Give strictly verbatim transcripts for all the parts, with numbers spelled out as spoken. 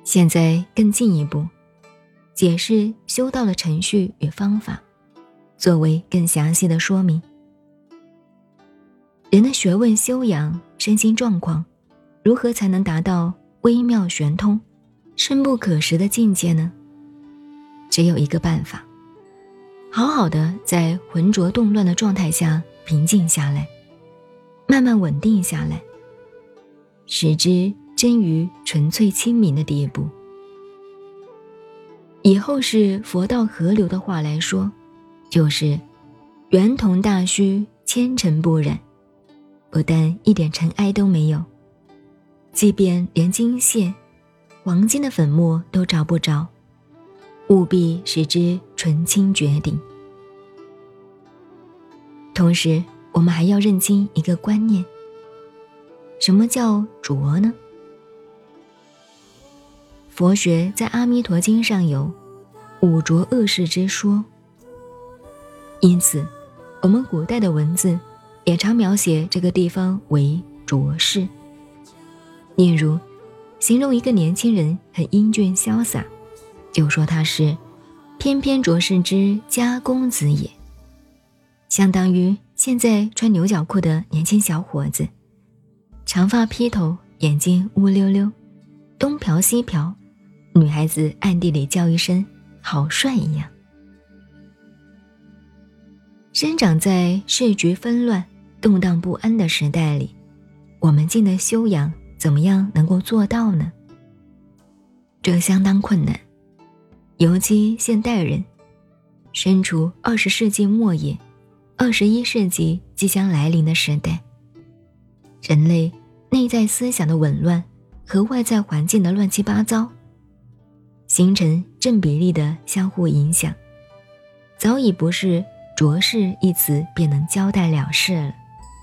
现在更进一步，解释修道的程序与方法，作为更详细的说明。人的学问修养、身心状况，如何才能达到微妙玄通、深不可识的境界呢？只有一个办法，好好的在浑浊动乱的状态下平静下来，慢慢稳定下来，使之臻于纯粹清明的地步。以后是佛道河流的话来说，就是圆铜大须，千尘不染，不但一点尘埃都没有，即便连金屑、黄金的粉末都找不着，务必使之纯清绝顶。同时，我们还要认清一个观念，什么叫浊呢？佛学在《阿弥陀经》上有五浊恶世之说，因此我们古代的文字也常描写这个地方为浊世。例如形容一个年轻人很英俊潇洒，就说他是翩翩浊世之家公子也，相当于现在穿牛角裤的年轻小伙子，长发披头，眼睛乌溜溜，东瞟西瞟，女孩子暗地里叫一声好帅一样。生长在世局纷乱、动荡不安的时代里，我们境的修养怎么样能够做到呢？这相当困难，尤其现代人身处二十世纪末叶、二十一世纪即将来临的时代，人类内在思想的紊乱和外在环境的乱七八糟，形成正比例的相互影响，早已不是浊世一词便能交代了事了。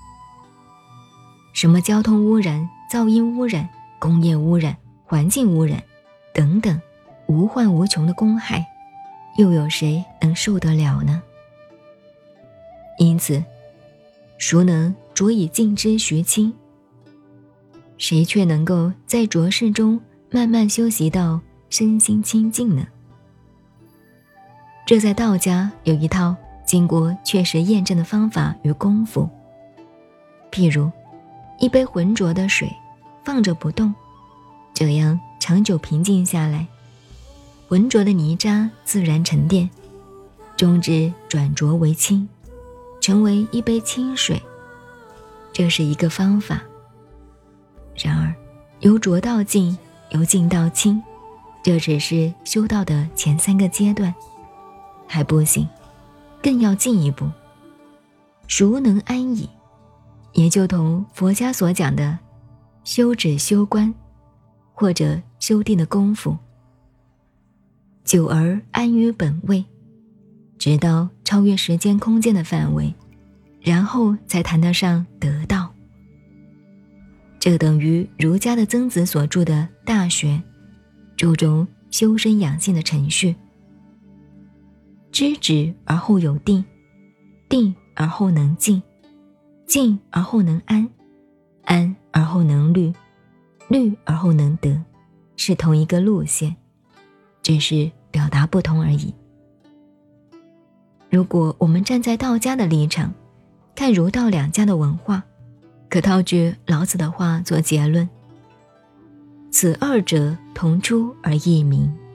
什么交通污染、噪音污染、工业污染、环境污染等等无患无穷的公害，又有谁能受得了呢？因此，孰能着以静之徐清？谁却能够在浊世中慢慢修习到身心清净呢？这在道家有一套经过确实验证的方法与功夫。譬如一杯浑浊的水放着不动，这样长久平静下来，浑浊的泥渣自然沉淀，终至转浊为清，成为一杯清水。这是一个方法。然而由浊到净，由净到清，这只是修道的前三个阶段，还不行，更要进一步。孰能安矣？也就同佛家所讲的修止修观，或者修定的功夫，久而安于本位，直到超越时间空间的范围，然后才谈得上得道。这等于儒家的曾子所著的《大学》，注重修身养性的程序。知止而后有定，定而后能静，静而后能安，安而后能虑，虑而后能得，是同一个路线，只是表达不同而已。如果我们站在道家的立场，看儒道两家的文化，可套句老子的话做结论：此二者同出而异名。